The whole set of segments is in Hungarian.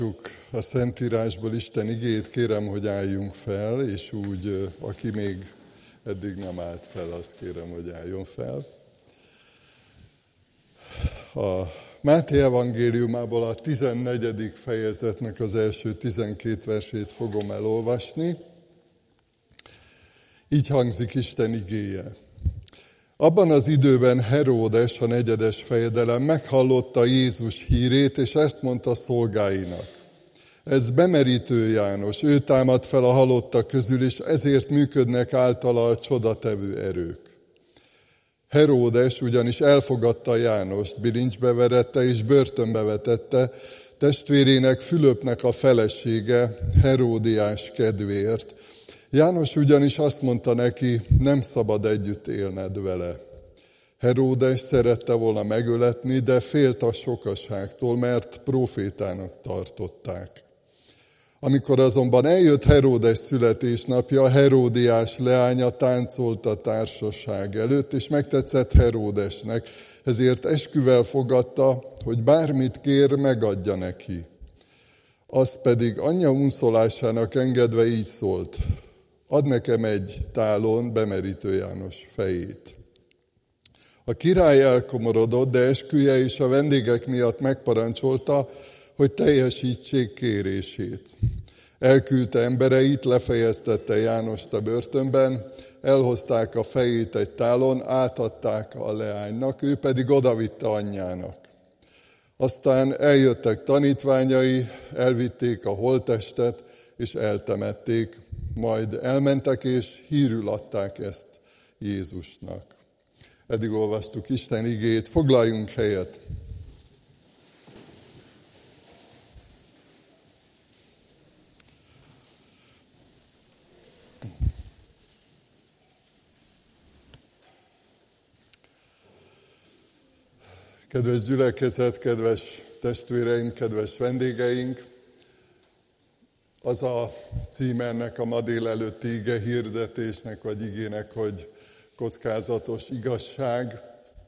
A Szentírásból Isten igéjét, kérem, hogy álljunk fel, és úgy, aki még eddig nem állt fel, azt kérem, hogy álljon fel. A Máté evangéliumából a 14. fejezetnek az első 12 versét fogom elolvasni. Így hangzik Isten igéje. Abban az időben Heródes, a 4. fejedelem meghallotta Jézus hírét, és ezt mondta szolgáinak. Ez bemerítő János, ő támad fel a halottak közül, és ezért működnek általa a csodatevő erők. Heródes ugyanis elfogadta Jánost, bilincsbe verette és börtönbe vetette, testvérének Fülöpnek a felesége, Heródiás kedvéért. János ugyanis azt mondta neki, nem szabad együtt élned vele. Heródes szerette volna megöletni, de félt a sokaságtól, mert prófétának tartották. Amikor azonban eljött Heródes születésnapja, Heródiás leánya táncolt a társaság előtt, és megtetszett Heródesnek, ezért esküvel fogadta, hogy bármit kér, megadja neki. Az pedig anyja unszolásának engedve így szólt, add nekem egy tálon bemerítő János fejét. A király elkomorodott, de esküje és a vendégek miatt megparancsolta, hogy teljesítsék kérését. Elküldte embereit, lefejeztette Jánost a börtönben, elhozták a fejét egy tálon, átadták a leánynak, ő pedig odavitte anyjának. Aztán eljöttek tanítványai, elvitték a holttestet, és eltemették, majd elmentek, és hírül adták ezt Jézusnak. Eddig olvastuk Isten igéjét, foglaljunk helyet. Kedves gyülekezet, kedves testvéreim, kedves vendégeink! Az a címe ennek a ma délelőtti ige hirdetésnek, vagy igének, hogy kockázatos igazság.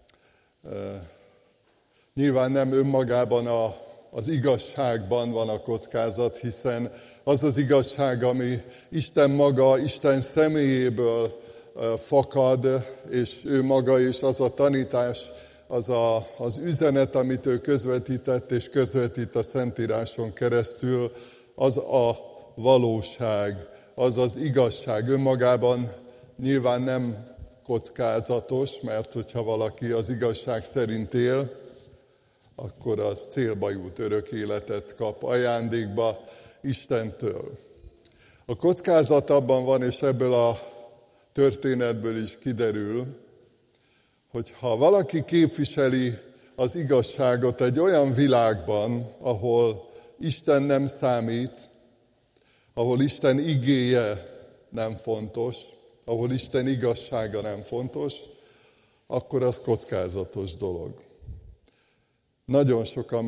Nyilván nem önmagában az igazságban van a kockázat, hiszen az az igazság, ami Isten maga, Isten személyéből fakad, és ő maga, és az a tanítás, az üzenet, amit ő közvetített és közvetít a Szentíráson keresztül, az a valóság, az az igazság. Önmagában nyilván nem kockázatos, mert hogyha valaki az igazság szerint él, akkor az célba jut, örök életet kap ajándékba Istentől. A kockázat abban van, és ebből a történetből is kiderül, hogy ha valaki képviseli az igazságot egy olyan világban, ahol Isten nem számít, ahol Isten igéje nem fontos, ahol Isten igazsága nem fontos, akkor az kockázatos dolog. Nagyon sokan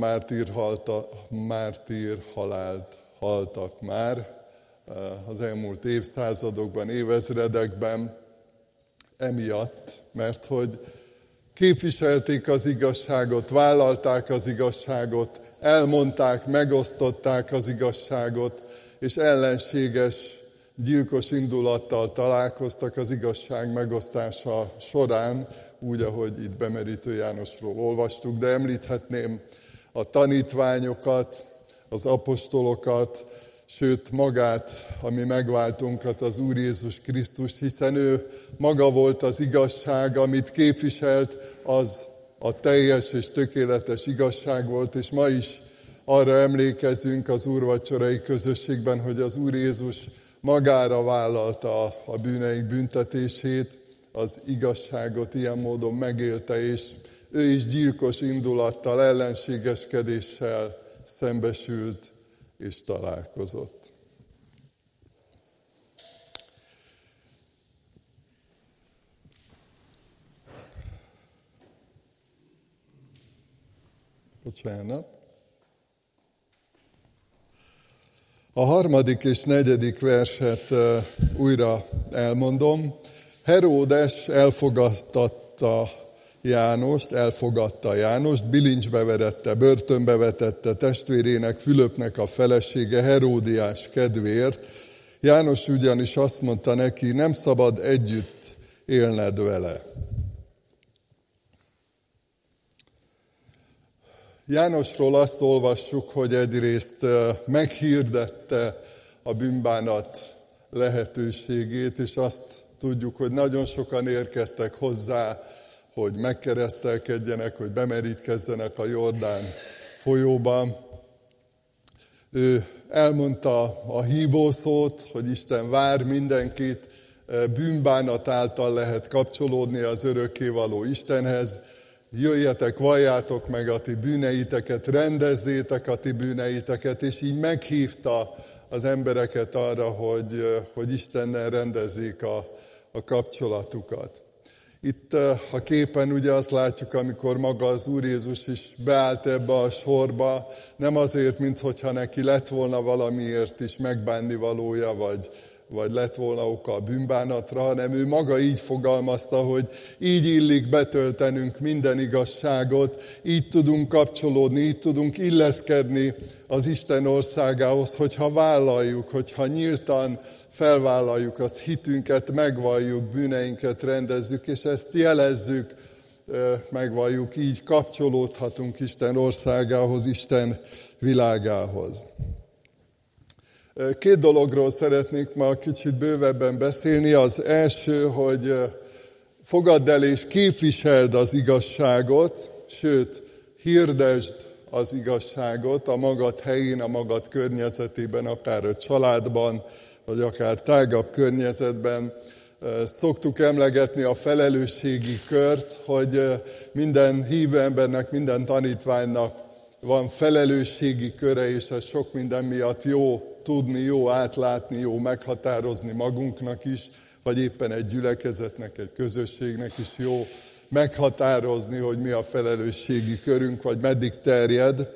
mártír halált haltak már az elmúlt évszázadokban, évezredekben, emiatt, mert hogy képviselték az igazságot, vállalták az igazságot, elmondták, megosztották az igazságot, és ellenséges, gyilkos indulattal találkoztak az igazság megosztása során, úgy, ahogy itt Bemerítő Jánosról olvastuk, de említhetném a tanítványokat, az apostolokat, sőt magát, ami megváltunkat, az Úr Jézus Krisztust, hiszen ő maga volt az igazság, amit képviselt, az a teljes és tökéletes igazság volt, és ma is arra emlékezünk az úrvacsorai közösségben, hogy az Úr Jézus magára vállalta a bűneink büntetését, az igazságot ilyen módon megélte, és ő is gyilkos indulattal, ellenségeskedéssel szembesült és találkozott. Bocsánat. A 3. és 4. verset újra elmondom. Heródes elfogadtatta Jánost, elfogadta Jánost, bilincsbe verette, börtönbe vetette testvérének, Fülöpnek a felesége Heródiás kedvéért. János ugyanis azt mondta neki, nem szabad együtt élned vele. Jánosról azt olvassuk, hogy egyrészt meghirdette a bűnbánat lehetőségét, és azt tudjuk, hogy nagyon sokan érkeztek hozzá, hogy megkeresztelkedjenek, hogy bemerítkezzenek a Jordán folyóba. Ő elmondta a hívószót, hogy Isten vár mindenkit, bűnbánat által lehet kapcsolódni az örökkévaló Istenhez. Jöjjetek, valljátok meg a ti bűneiteket, rendezzétek a ti bűneiteket, és így meghívta az embereket arra, hogy Istennel rendezzék a kapcsolatukat. Itt a képen ugye azt látjuk, amikor maga az Úr Jézus is beállt ebbe a sorba, nem azért, minthogyha neki lett volna valamiért is megbánni valója, vagy lett volna oka a bűnbánatra, hanem ő maga így fogalmazta, hogy így illik betöltenünk minden igazságot, így tudunk kapcsolódni, így tudunk illeszkedni az Isten országához, hogyha vállaljuk, hogyha nyíltan felvállaljuk az hitünket, megvalljuk, bűneinket rendezzük, és ezt jelezzük, megvalljuk, így kapcsolódhatunk Isten országához, Isten világához. Két dologról szeretnék ma kicsit bővebben beszélni. Az első, hogy fogadd el és képviseld az igazságot, sőt, hirdesd az igazságot a magad helyén, a magad környezetében, akár a családban, vagy akár tágabb környezetben. Szoktuk emlegetni a felelősségi kört, hogy minden hívő embernek, minden tanítványnak van felelősségi köre, és ez sok minden miatt jó tudni, jó átlátni, jó meghatározni magunknak is, vagy éppen egy gyülekezetnek, egy közösségnek is jó meghatározni, hogy mi a felelősségi körünk, vagy meddig terjed.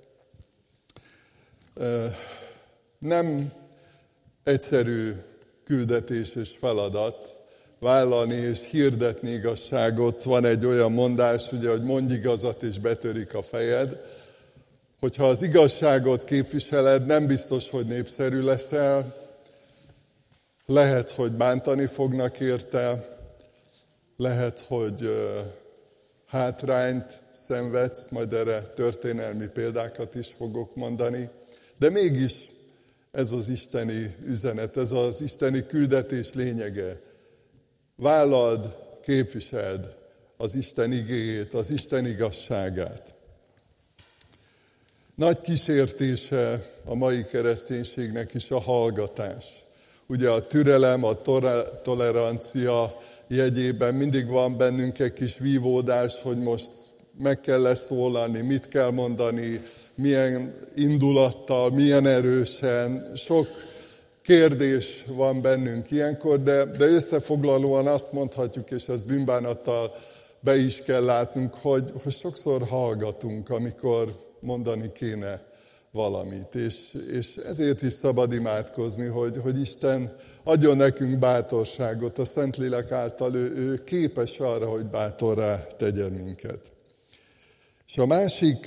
Nem egyszerű küldetés és feladat vállalni és hirdetni igazságot. Van egy olyan mondás, ugye, hogy mondj igazat és betörik a fejed. Hogyha az igazságot képviseled, nem biztos, hogy népszerű leszel. Lehet, hogy bántani fognak érte, lehet, hogy hátrányt szenvedsz, majd erre történelmi példákat is fogok mondani. De mégis ez az isteni üzenet, ez az isteni küldetés lényege. Vállald, képviseld az Isten igéjét, az Isten igazságát. Nagy kísértése a mai kereszténységnek is a hallgatás. Ugye a türelem, a tolerancia jegyében mindig van bennünk egy kis vívódás, hogy most meg kell szólalni, mit kell mondani, milyen indulattal, milyen erősen. Sok kérdés van bennünk ilyenkor, de összefoglalóan azt mondhatjuk, és ezt bűnbánattal be is kell látnunk, hogy sokszor hallgatunk, amikor mondani kéne valamit. És ezért is szabad imádkozni, hogy Isten adjon nekünk bátorságot, a Szentlélek által ő képes arra, hogy bátorrá tegyen minket. És a másik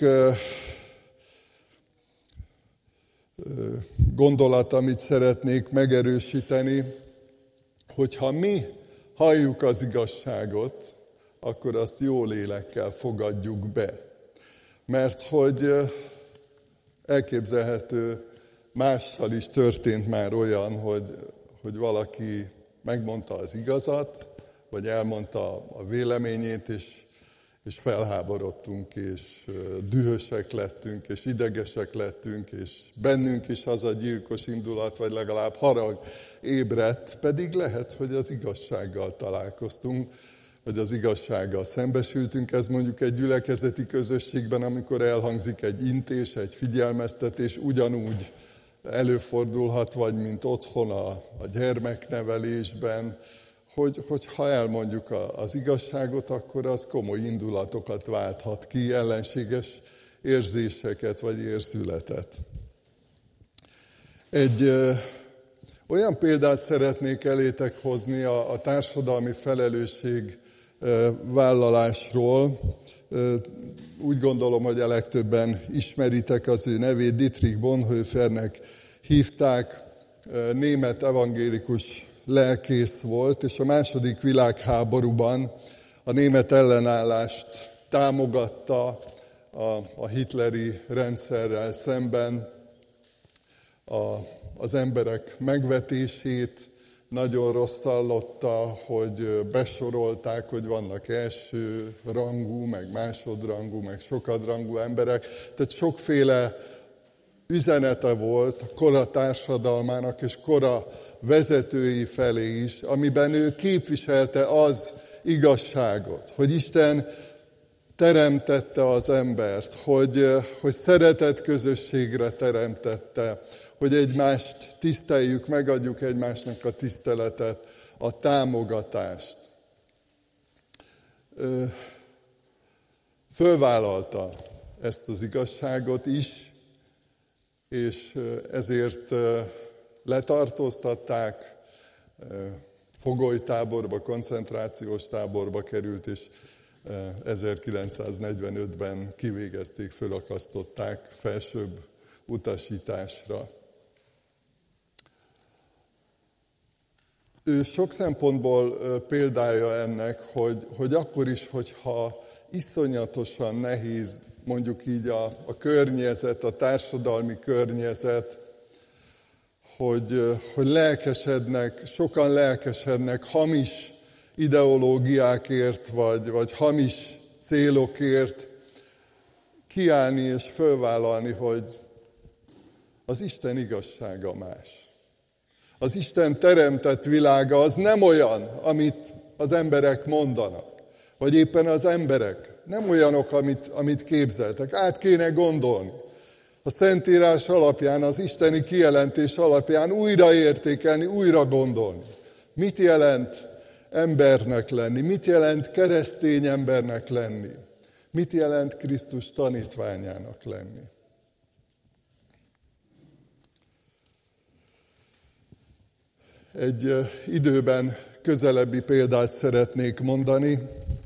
gondolat, amit szeretnék megerősíteni, hogyha mi halljuk az igazságot, akkor azt jó lélekkel fogadjuk be. Mert hogy elképzelhető, mással is történt már olyan, hogy valaki megmondta az igazat, vagy elmondta a véleményét, és felháborodtunk, és dühösek lettünk, és idegesek lettünk, és bennünk is az a gyilkos indulat, vagy legalább harag ébredt, pedig lehet, hogy az igazsággal találkoztunk, vagy az igazsággal szembesültünk. Ez mondjuk egy gyülekezeti közösségben, amikor elhangzik egy intés, egy figyelmeztetés, ugyanúgy előfordulhat, vagy mint otthon a gyermeknevelésben, hogy ha elmondjuk az igazságot, akkor az komoly indulatokat válthat ki, ellenséges érzéseket vagy érzületet. Egy olyan példát szeretnék elétek hozni a társadalmi felelősség vállalásról. Úgy gondolom, hogy a legtöbben ismeritek az ő nevét, Dietrich Bonhoeffernek hívták, német evangélikus lelkész volt, és a II. Világháborúban a német ellenállást támogatta a hitleri rendszerrel szemben, az emberek megvetését. Nagyon rosszallotta, hogy besorolták, hogy vannak első rangú, meg másodrangú, meg sokadrangú emberek. Tehát sokféle üzenete volt a kora társadalmának és kora vezetői felé is, amiben ő képviselte az igazságot, hogy Isten teremtette az embert, hogy szeretett közösségre teremtette, hogy egymást tiszteljük, megadjuk egymásnak a tiszteletet, a támogatást. Fölvállalta ezt az igazságot is, és ezért letartóztatták, fogolytáborba, koncentrációs táborba került, és 1945-ben kivégezték, fölakasztották felsőbb utasításra. Ő sok szempontból példája ennek, hogy akkor is, hogyha iszonyatosan nehéz, mondjuk így a környezet, a társadalmi környezet, hogy sokan lelkesednek hamis ideológiákért, vagy hamis célokért, kiállni és fölvállalni, hogy az Isten igazsága más. Az Isten teremtett világa az nem olyan, amit az emberek mondanak, vagy éppen az emberek nem olyanok, amit képzeltek. Át kéne gondolni. A Szentírás alapján, az isteni kijelentés alapján újra értékelni, újra gondolni. Mit jelent embernek lenni? Mit jelent keresztény embernek lenni? Mit jelent Krisztus tanítványának lenni? Egy időben közelebbi példát szeretnék mondani.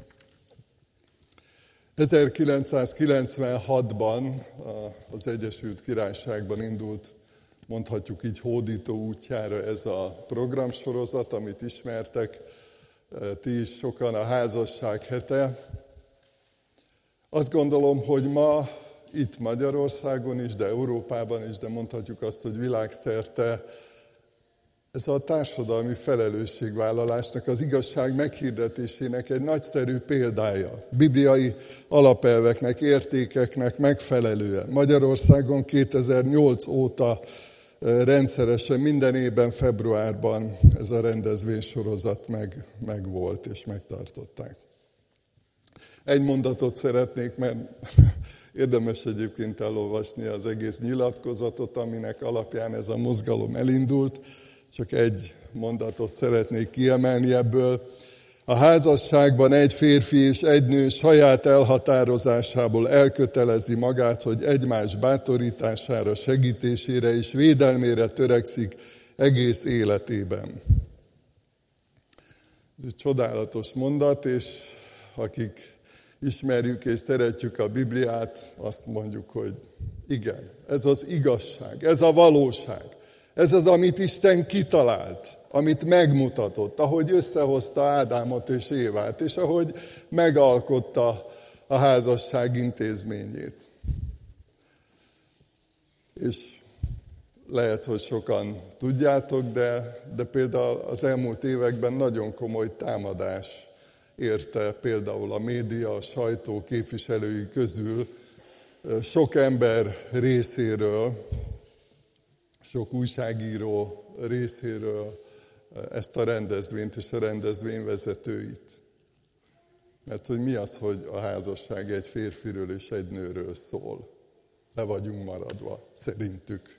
1996-ban az Egyesült Királyságban indult, mondhatjuk így, hódító útjára ez a programsorozat, amit ismertek ti is sokan, a házasság hete. Azt gondolom, hogy ma itt Magyarországon is, de Európában is, de mondhatjuk azt, hogy világszerte ez a társadalmi felelősségvállalásnak, az igazság meghirdetésének egy nagyszerű példája. Bibliai alapelveknek, értékeknek megfelelően. Magyarországon 2008 óta rendszeresen minden évben februárban ez a rendezvénysorozat megvolt és megtartották. Egy mondatot szeretnék, mert érdemes egyébként elolvasni az egész nyilatkozatot, aminek alapján ez a mozgalom elindult. Csak egy mondatot szeretnék kiemelni ebből. A házasságban egy férfi és egy nő saját elhatározásából elkötelezi magát, hogy egymás bátorítására, segítésére és védelmére törekszik egész életében. Ez egy csodálatos mondat, és akik ismerjük és szeretjük a Bibliát, azt mondjuk, hogy igen, ez az igazság, ez a valóság. Ez az, amit Isten kitalált, amit megmutatott, ahogy összehozta Ádámot és Évát, és ahogy megalkotta a házasság intézményét. És lehet, hogy sokan tudjátok, de például az elmúlt években nagyon komoly támadás érte például a média, a sajtó képviselői közül sok ember részéről, sok újságíró részéről ezt a rendezvényt és a rendezvény vezetőit. Mert hogy mi az, hogy a házasság egy férfiről és egy nőről szól? Le vagyunk maradva, szerintük.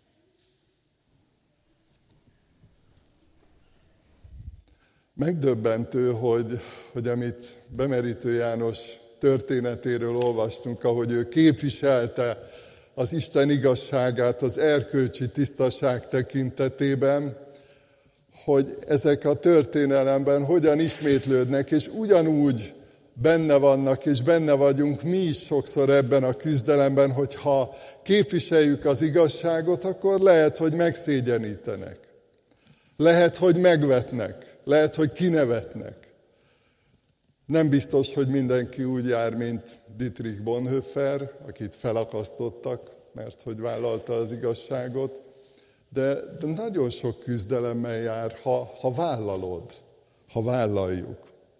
Megdöbbentő, hogy amit Bemerítő János történetéről olvastunk, ahogy ő képviselte az Isten igazságát az erkölcsi tisztaság tekintetében, hogy ezek a történelemben hogyan ismétlődnek, és ugyanúgy benne vannak, és benne vagyunk mi is sokszor ebben a küzdelemben, hogy ha képviseljük az igazságot, akkor lehet, hogy megszégyenítenek. Lehet, hogy megvetnek. Lehet, hogy kinevetnek. Nem biztos, hogy mindenki úgy jár, mint Dietrich Bonhoeffer, akit felakasztottak, mert hogy vállalta az igazságot, de nagyon sok küzdelemmel jár, ha vállalod, ha vállaljuk.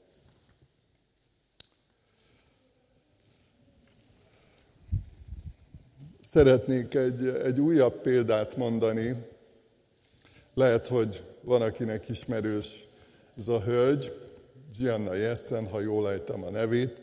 Szeretnék egy újabb példát mondani. Lehet, hogy van, akinek ismerős ez a hölgy, Gianna Jessen, ha jól ejtem a nevét.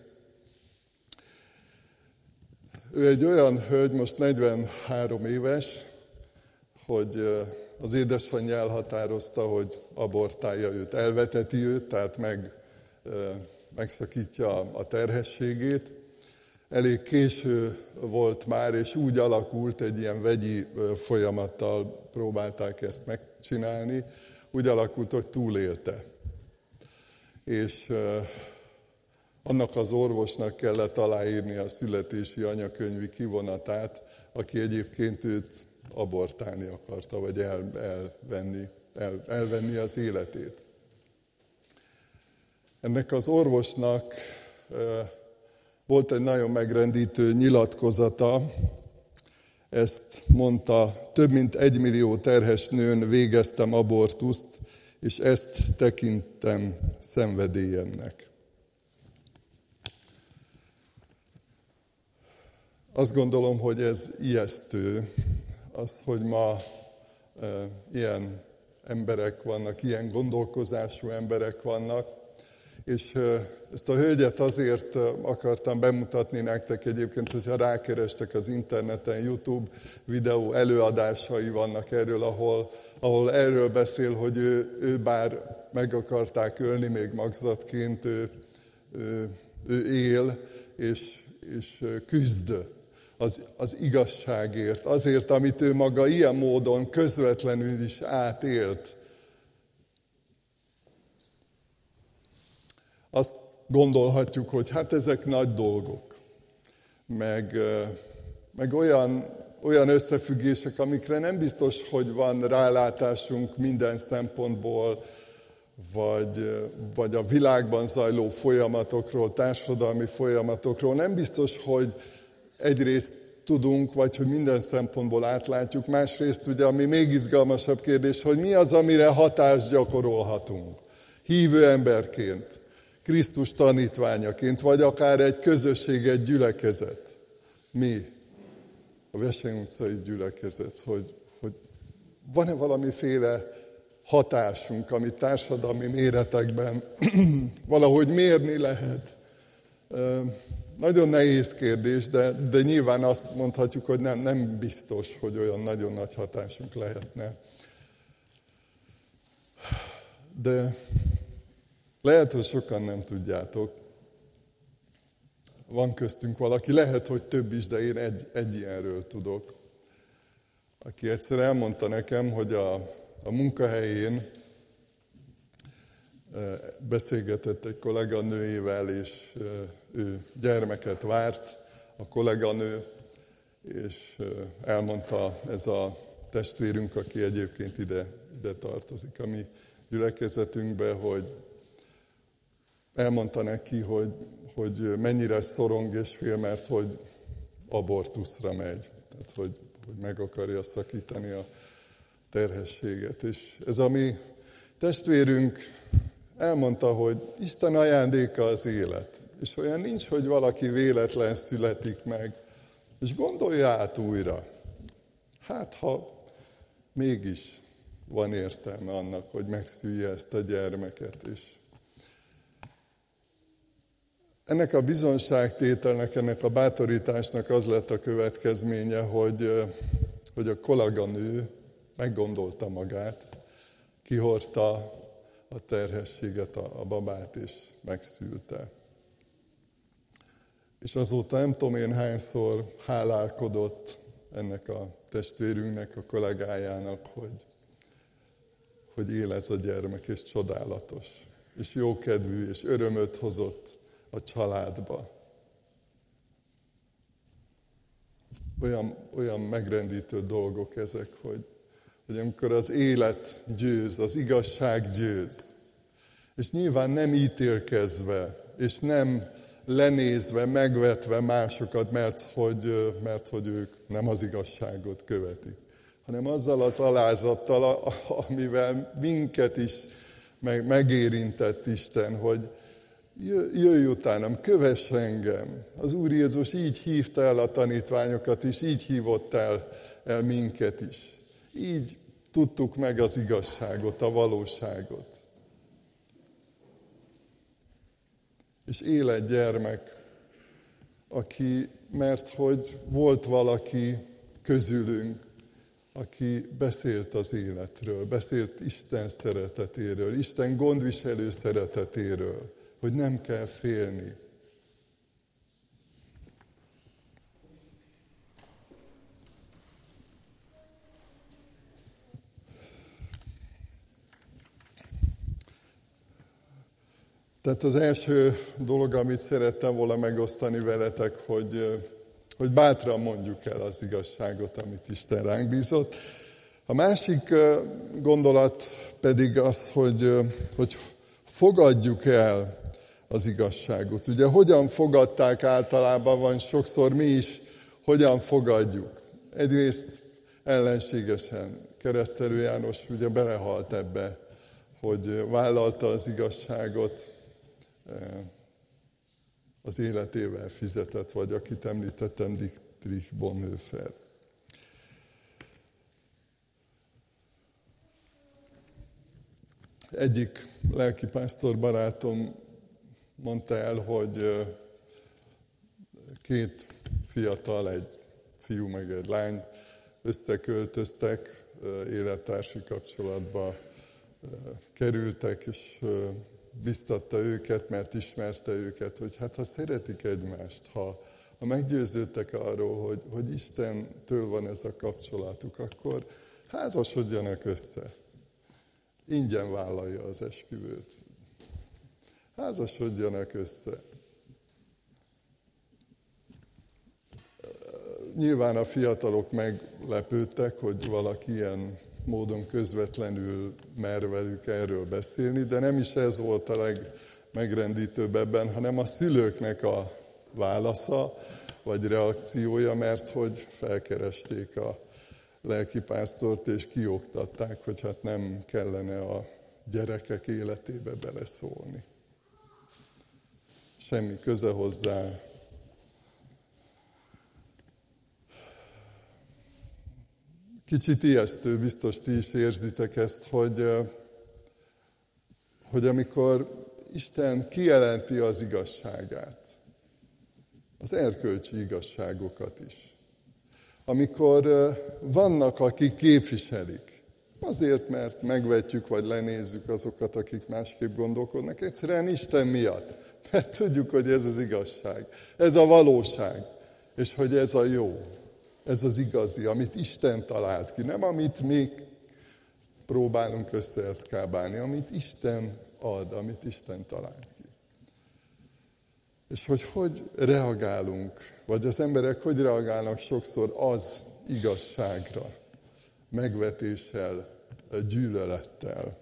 Ő egy olyan hölgy, most 43 éves, hogy az édesanyja elhatározta, hogy abortálja őt, elveteti őt, tehát megszakítja a terhességét. Elég késő volt már, és úgy alakult, egy ilyen vegyi folyamattal próbálták ezt megcsinálni, úgy alakult, hogy túlélte. És annak az orvosnak kellett aláírni a születési anyakönyvi kivonatát, aki egyébként őt abortálni akarta, vagy elvenni az életét. Ennek az orvosnak volt egy nagyon megrendítő nyilatkozata, ezt mondta: több mint 1 millió terhes nőn végeztem abortuszt, és ezt tekintem szenvedélyemnek. Azt gondolom, hogy ez ijesztő, az, hogy ma ilyen emberek vannak, ilyen gondolkozású emberek vannak, és ezt a hölgyet azért akartam bemutatni nektek egyébként, hogyha rákerestek az interneten, YouTube videó előadásai vannak erről, ahol erről beszél, hogy ő bár meg akarták ölni még magzatként, ő él és küzd az igazságért, azért, amit ő maga ilyen módon közvetlenül is átélt. Azt gondolhatjuk, hogy hát ezek nagy dolgok, meg olyan összefüggések, amikre nem biztos, hogy van rálátásunk minden szempontból, vagy a világban zajló folyamatokról, társadalmi folyamatokról. Nem biztos, hogy egyrészt tudunk, vagy hogy minden szempontból átlátjuk. Másrészt ugye, ami még izgalmasabb kérdés, hogy mi az, amire hatást gyakorolhatunk. Hívő emberként, Krisztus tanítványaként, vagy akár egy közösség, egy gyülekezet. Mi? A Verseny utcai gyülekezet, hogy van-e valamiféle hatásunk, amit társadalmi méretekben valahogy mérni lehet. Nagyon nehéz kérdés, de nyilván azt mondhatjuk, hogy nem biztos, hogy olyan nagyon nagy hatásunk lehetne. De lehet, hogy sokan nem tudjátok. Van köztünk valaki, lehet, hogy több is, de én egy ilyenről tudok. Aki egyszer elmondta nekem, hogy a munkahelyén beszélgetett egy kolléganőjével, és ő gyermeket várt, a kolléganő, és elmondta ez a testvérünk, aki egyébként ide tartozik a mi gyülekezetünkbe, hogy elmondta neki, hogy mennyire szorong és fél, mert hogy abortuszra megy. Tehát, hogy meg akarja szakítani a terhességet. És ez a mi testvérünk elmondta, hogy Isten ajándéka az élet. És olyan nincs, hogy valaki véletlen születik meg. És gondolja át újra. Hát, ha mégis van értelme annak, hogy megszülje ezt a gyermeket. És ennek a bizonságtételnek, ennek a bátorításnak az lett a következménye, hogy a kolléganő meggondolta magát, kihordta a terhességet, a babát, és megszülte. És azóta nem tudom én hányszor hálálkodott ennek a testvérünknek, a kollégájának, hogy él ez a gyermek, és csodálatos, és jókedvű, és örömöt hozott a családba. Olyan megrendítő dolgok ezek, hogy amikor az élet győz, az igazság győz, és nyilván nem ítélkezve, és nem lenézve, megvetve másokat, mert hogy ők nem az igazságot követik, hanem azzal az alázattal, amivel minket is megérintett Isten, hogy jöjj utánam, kövess engem. Az Úr Jézus így hívta el a tanítványokat is, így hívott el minket is. Így tudtuk meg az igazságot, a valóságot. És él egy gyermek, mert hogy volt valaki közülünk, aki beszélt az életről, beszélt Isten szeretetéről, Isten gondviselő szeretetéről, hogy nem kell félni. Tehát az első dolog, amit szerettem volna megosztani veletek, hogy bátran mondjuk el az igazságot, amit Isten ránk bízott. A másik gondolat pedig az, hogy fogadjuk el az igazságot. Ugye hogyan fogadták általában van, sokszor mi is hogyan fogadjuk. Egyrészt ellenségesen. Keresztelő János ugye belehalt ebbe, hogy vállalta az igazságot, az életével fizetett, vagy akit említettem, Dietrich Bonhoeffer. Egyik lelkipásztor barátom mondta el, hogy két fiatal, egy fiú meg egy lány összeköltöztek, élettársi kapcsolatba kerültek, és biztatta őket, mert ismerte őket, hogy hát ha szeretik egymást, ha meggyőződtek arról, hogy Istentől van ez a kapcsolatuk, akkor házasodjanak össze. Ingyen vállalja az esküvőt. Házasodjanak össze. Nyilván a fiatalok meglepődtek, hogy valaki ilyen módon közvetlenül mer velük erről beszélni, de nem is ez volt a legmegrendítőbb ebben, hanem a szülőknek a válasza, vagy reakciója, mert hogy felkeresték a lelkipásztort, és kioktatták, hogy hát nem kellene a gyerekek életébe beleszólni. Semmi köze hozzá. Kicsit ijesztő, biztos ti is érzitek ezt, hogy amikor Isten kijelenti az igazságát, az erkölcsi igazságokat is, amikor vannak, akik képviselik, azért, mert megvetjük vagy lenézzük azokat, akik másképp gondolkodnak, egyszerűen Isten miatt, mert tudjuk, hogy ez az igazság, ez a valóság, és hogy ez a jó. Ez az igazi, amit Isten talált ki, nem amit mi próbálunk összeeszkábálni, amit Isten ad, amit Isten talált ki. És hogy reagálunk, vagy az emberek hogy reagálnak sokszor az igazságra, megvetéssel, gyűlölettel.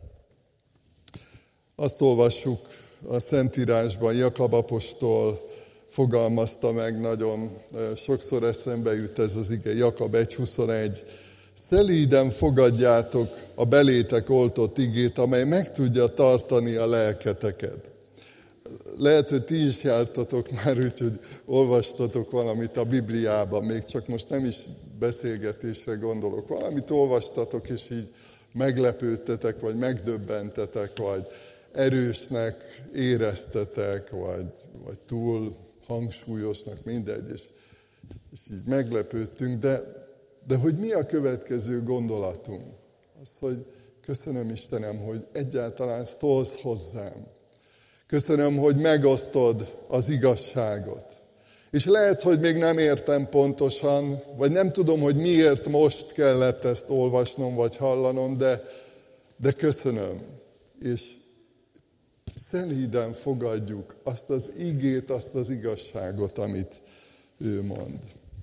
Azt olvassuk a Szentírásban, Jakab apostol fogalmazta meg, nagyon sokszor eszembe jut ez az ige, Jakab 1.21. Szelíden fogadjátok a belétek oltott igét, amely meg tudja tartani a lelketeket. Lehet, hogy ti is jártatok már, úgyhogy olvastatok valamit a Bibliában, még csak most nem is beszélgetésre gondolok. Valamit olvastatok, és így meglepődtetek, vagy megdöbbentetek, vagy erősnek éreztetek, vagy túl hangsúlyosnak, mindegy, és így meglepődtünk, de hogy mi a következő gondolatunk? Az, hogy köszönöm Istenem, hogy egyáltalán szólsz hozzám. Köszönöm, hogy megosztod az igazságot. És lehet, hogy még nem értem pontosan, vagy nem tudom, hogy miért most kellett ezt olvasnom, vagy hallanom, De köszönöm, és szelíden fogadjuk azt az igét, azt az igazságot, amit ő mond.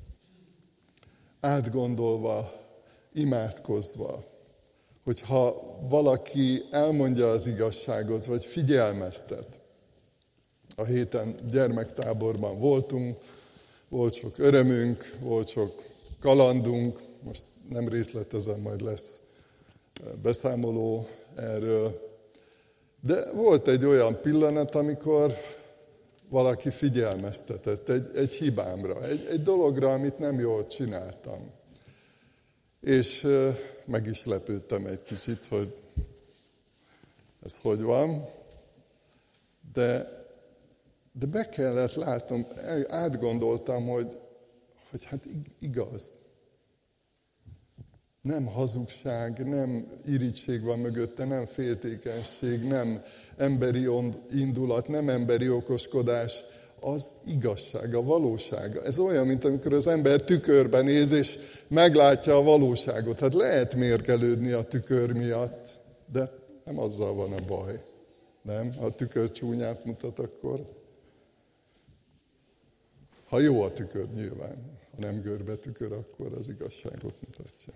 Átgondolva, imádkozva, hogyha valaki elmondja az igazságot, vagy figyelmeztet. A héten gyermektáborban voltunk, volt sok örömünk, volt sok kalandunk, most nem részletezem, majd lesz beszámoló erről. De volt egy olyan pillanat, amikor valaki figyelmeztetett egy hibámra, egy dologra, amit nem jól csináltam. És meg is lepődtem egy kicsit, hogy ez hogy van. De be kellett látnom, átgondoltam, hogy hát igaz. Nem hazugság, nem irigység van mögötte, nem féltékenység, nem emberi indulat, nem emberi okoskodás, az igazság, a valósága. Ez olyan, mint amikor az ember tükörben néz, és meglátja a valóságot. Hát lehet mérgelődni a tükör miatt, de nem azzal van a baj. Nem? Ha a tükör csúnyát mutat, akkor... Ha jó a tükör nyilván, ha nem görbe tükör, akkor az igazságot mutatja.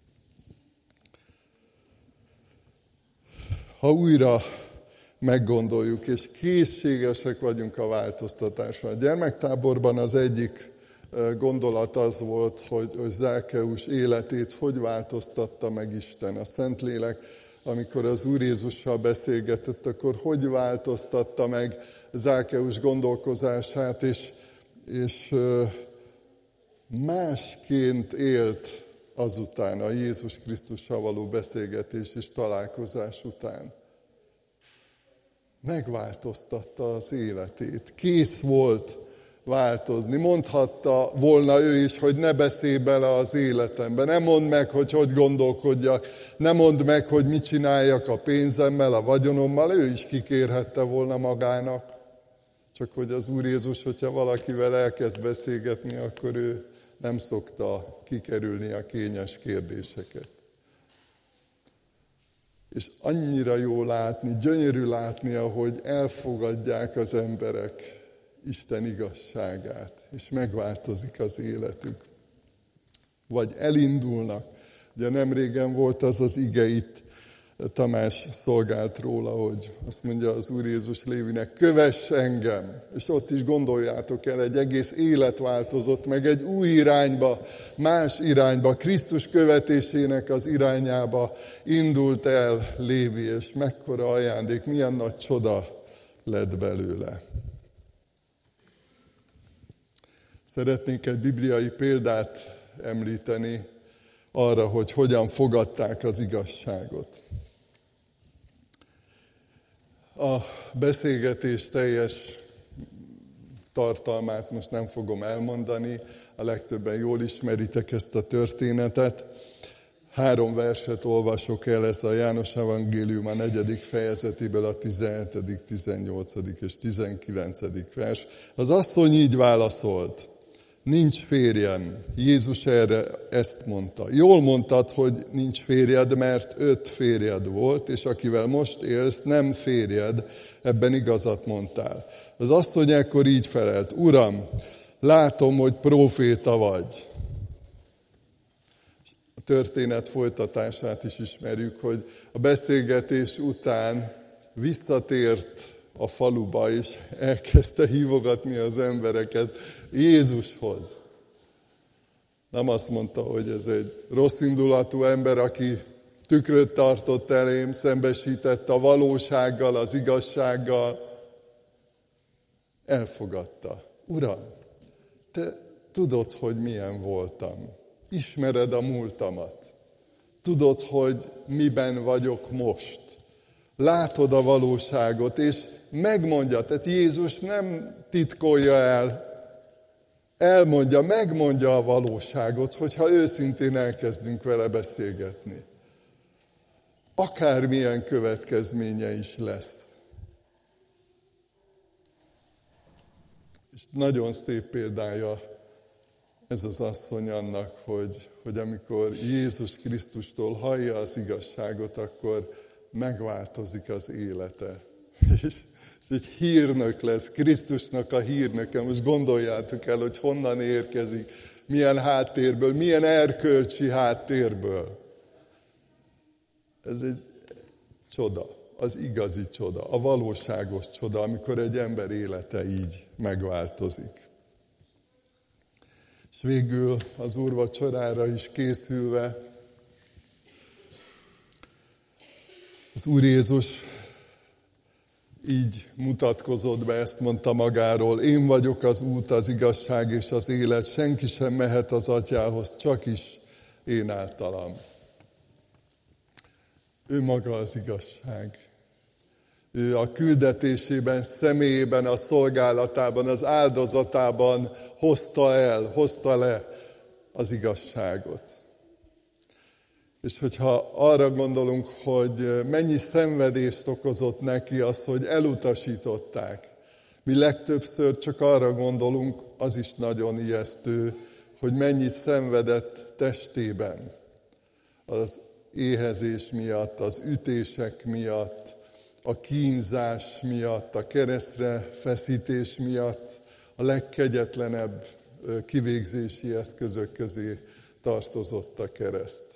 Ha újra meggondoljuk, és készségesek vagyunk a változtatásra. A gyermektáborban az egyik gondolat az volt, hogy Zákkeus életét hogy változtatta meg Isten. A Szentlélek, amikor az Úr Jézussal beszélgetett, akkor hogy változtatta meg Zákkeus gondolkozását, és másként élt azután, a Jézus Krisztussal való beszélgetés és találkozás után. Megváltoztatta az életét. Kész volt változni. Mondhatta volna ő is, hogy ne beszélj bele az életembe. Ne mondd meg, hogy gondolkodjak. Ne mondd meg, hogy mit csináljak a pénzemmel, a vagyonommal. Ő is kikérhette volna magának. Csak hogy az Úr Jézus, hogyha valakivel elkezd beszélgetni, akkor ő nem szokta kikerülni a kényes kérdéseket. És annyira jó látni, gyönyörű látni, ahogy elfogadják az emberek Isten igazságát, és megváltozik az életük. Vagy elindulnak. Ugye nemrégen volt az az ige itt, Tamás szolgált róla, hogy azt mondja az Úr Jézus Lévinek, kövess engem. És ott is gondoljátok el, egy egész élet változott meg, egy új irányba, más irányba, Krisztus követésének az irányába indult el Lévi, és mekkora ajándék, milyen nagy csoda lett belőle. Szeretnék egy bibliai példát említeni arra, hogy hogyan fogadták az igazságot. A beszélgetés teljes tartalmát most nem fogom elmondani, a legtöbben jól ismeritek ezt a történetet. 3 verset olvasok el, ez a János Evangélium a 4. fejezetéből a 17., 18. és 19. vers. Az asszony így válaszolt, nincs férjem. Jézus erre ezt mondta. Jól mondtad, hogy nincs férjed, mert 5 férjed volt, és akivel most élsz, nem férjed, ebben igazat mondtál. Az asszony ekkor így felelt, Uram, látom, hogy próféta vagy. A történet folytatását is ismerjük, hogy a beszélgetés után visszatért a faluba, és elkezdte hívogatni az embereket Jézushoz. Nem azt mondta, hogy ez egy rosszindulatú ember, aki tükröt tartott elém, szembesített a valósággal, az igazsággal. Elfogadta. Uram, te tudod, hogy milyen voltam. Ismered a múltamat. Tudod, hogy miben vagyok most. Látod a valóságot, és megmondja, tehát Jézus nem titkolja el, elmondja, megmondja a valóságot, hogyha őszintén elkezdünk vele beszélgetni. Akármilyen következménye is lesz. És nagyon szép példája ez az asszony annak, hogy amikor Jézus Krisztustól hallja az igazságot, akkor megváltozik az élete. És egy hírnök lesz, Krisztusnak a hírnöke. Most gondoljátok el, hogy honnan érkezik, milyen háttérből, milyen erkölcsi háttérből. Ez egy csoda, az igazi csoda, a valóságos csoda, amikor egy ember élete így megváltozik. És végül az úrvacsorára is készülve, az Úr Jézus így mutatkozott be, ezt mondta magáról: én vagyok az út, az igazság és az élet, senki sem mehet az Atyához, csak is én általam. Ő maga az igazság. Ő a küldetésében, személyében, a szolgálatában, az áldozatában hozta le az igazságot. És hogyha arra gondolunk, hogy mennyi szenvedést okozott neki az, hogy elutasították, mi legtöbbször csak arra gondolunk, az is nagyon ijesztő, hogy mennyit szenvedett testében. Az éhezés miatt, az ütések miatt, a kínzás miatt, a keresztre feszítés miatt, a legkegyetlenebb kivégzési eszközök közé tartozott a kereszt.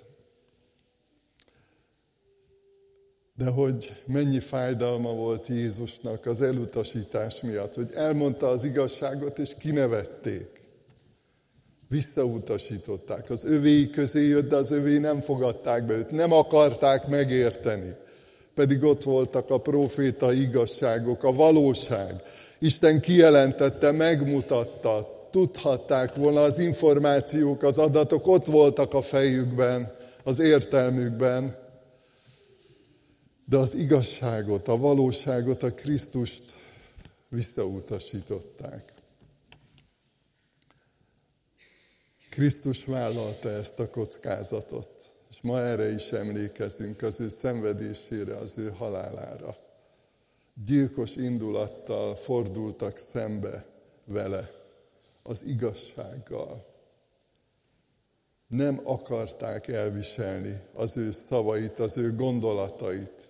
De hogy mennyi fájdalma volt Jézusnak az elutasítás miatt, hogy elmondta az igazságot, és kinevették. Visszautasították. Az övéi közé jött, de az övéi nem fogadták be őt, nem akarták megérteni. Pedig ott voltak a prófétai igazságok, a valóság. Isten kijelentette, megmutatta, tudhatták volna, az információk, az adatok ott voltak a fejükben, az értelmükben. De az igazságot, a valóságot, a Krisztust visszautasították. Krisztus vállalta ezt a kockázatot, és ma erre is emlékezünk, az ő szenvedésére, az ő halálára. Gyilkos indulattal fordultak szembe vele, az igazsággal. Nem akarták elviselni az ő szavait, az ő gondolatait,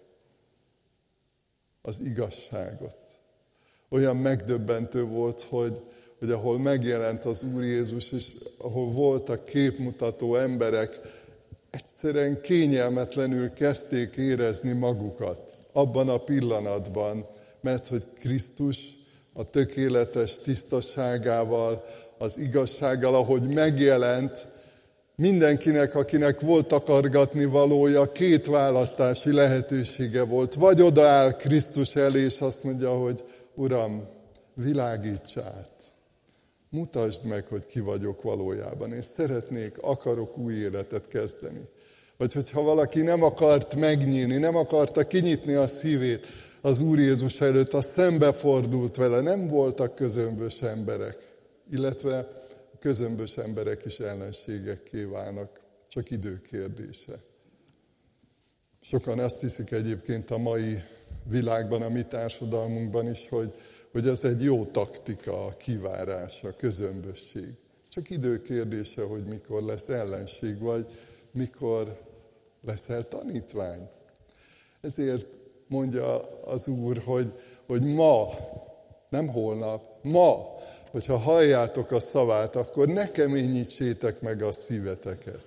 az igazságot. Olyan megdöbbentő volt, hogy ahol megjelent az Úr Jézus, és ahol voltak képmutató emberek, egyszerűen kényelmetlenül kezdték érezni magukat abban a pillanatban, mert hogy Krisztus a tökéletes tisztaságával, az igazsággal, ahogy megjelent, mindenkinek, akinek volt takargatni valója, két választási lehetősége volt. Vagy odaáll Krisztus elé, és azt mondja, hogy Uram, világíts át. Mutasd meg, hogy ki vagyok valójában. Én akarok új életet kezdeni. Vagy hogyha valaki nem akart megnyílni, nem akarta kinyitni a szívét az Úr Jézus előtt, az szembefordult vele. Nem voltak közömbös emberek, illetve közömbös emberek is ellenségekké válnak. Csak idő kérdése. Sokan azt hiszik egyébként a mai világban, a mi társadalmunkban is, hogy ez egy jó taktika, a kivárás, a közömbösség. Csak idő kérdése, hogy mikor lesz ellenség, vagy mikor leszel tanítvány. Ezért mondja az Úr, hogy ma, nem holnap, ma, hogyha halljátok a szavát, akkor ne keményítsétek meg a szíveteket.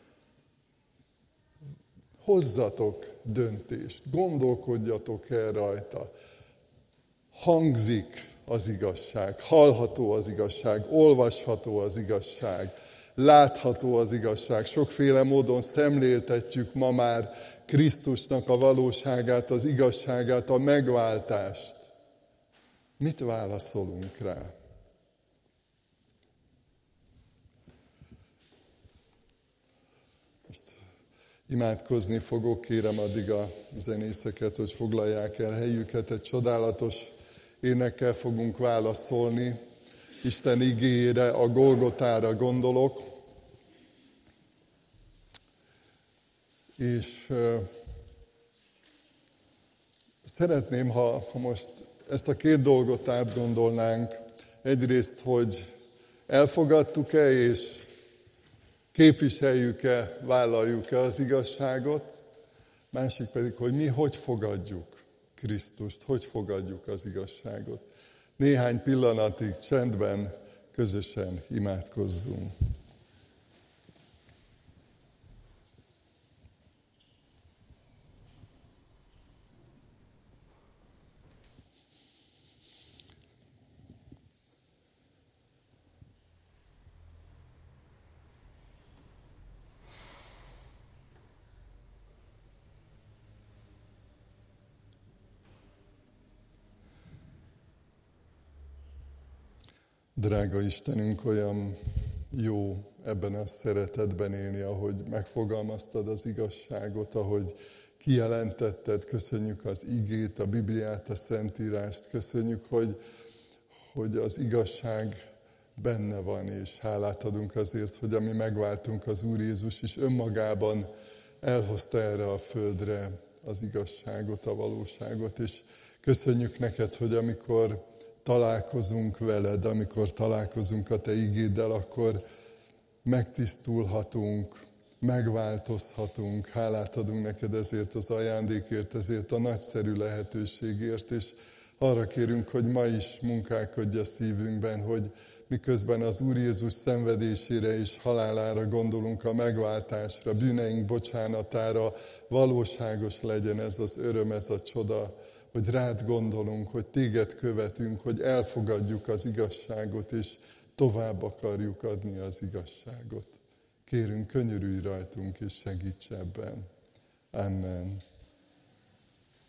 Hozzatok döntést, gondolkodjatok el rajta. Hangzik az igazság, hallható az igazság, olvasható az igazság, látható az igazság. Sokféle módon szemléltetjük ma már Krisztusnak a valóságát, az igazságát, a megváltást. Mit válaszolunk rá? Imádkozni fogok, kérem addig a zenészeket, hogy foglalják el helyüket. Egy csodálatos énekkel fogunk válaszolni. Isten igéjére, a Golgotára gondolok. És szeretném, ha most ezt a két dolgot átgondolnánk. Egyrészt, hogy elfogadtuk-e és képviseljük-e, vállaljuk-e az igazságot, másik pedig, hogy mi hogy fogadjuk Krisztust, hogy fogadjuk az igazságot. Néhány pillanatig csendben, közösen imádkozzunk. Drága Istenünk, olyan jó ebben a szeretetben élni, ahogy megfogalmaztad az igazságot, ahogy kijelentetted, köszönjük az igét, a Bibliát, a Szentírást, köszönjük, hogy az igazság benne van, és hálát adunk azért, hogy ami megváltunk, az Úr Jézus is önmagában elhozta erre a földre az igazságot, a valóságot, és köszönjük neked, hogy amikor találkozunk veled, amikor találkozunk a te igéddel, akkor megtisztulhatunk, megváltozhatunk. Hálát adunk neked ezért az ajándékért, ezért a nagyszerű lehetőségért, és arra kérünk, hogy ma is munkálkodj a szívünkben, hogy miközben az Úr Jézus szenvedésére és halálára gondolunk, a megváltásra, bűneink bocsánatára, valóságos legyen ez az öröm, ez a csoda, hogy rád gondolunk, hogy téged követünk, hogy elfogadjuk az igazságot, és tovább akarjuk adni az igazságot. Kérünk, könyörülj rajtunk, és segíts ebben. Amen.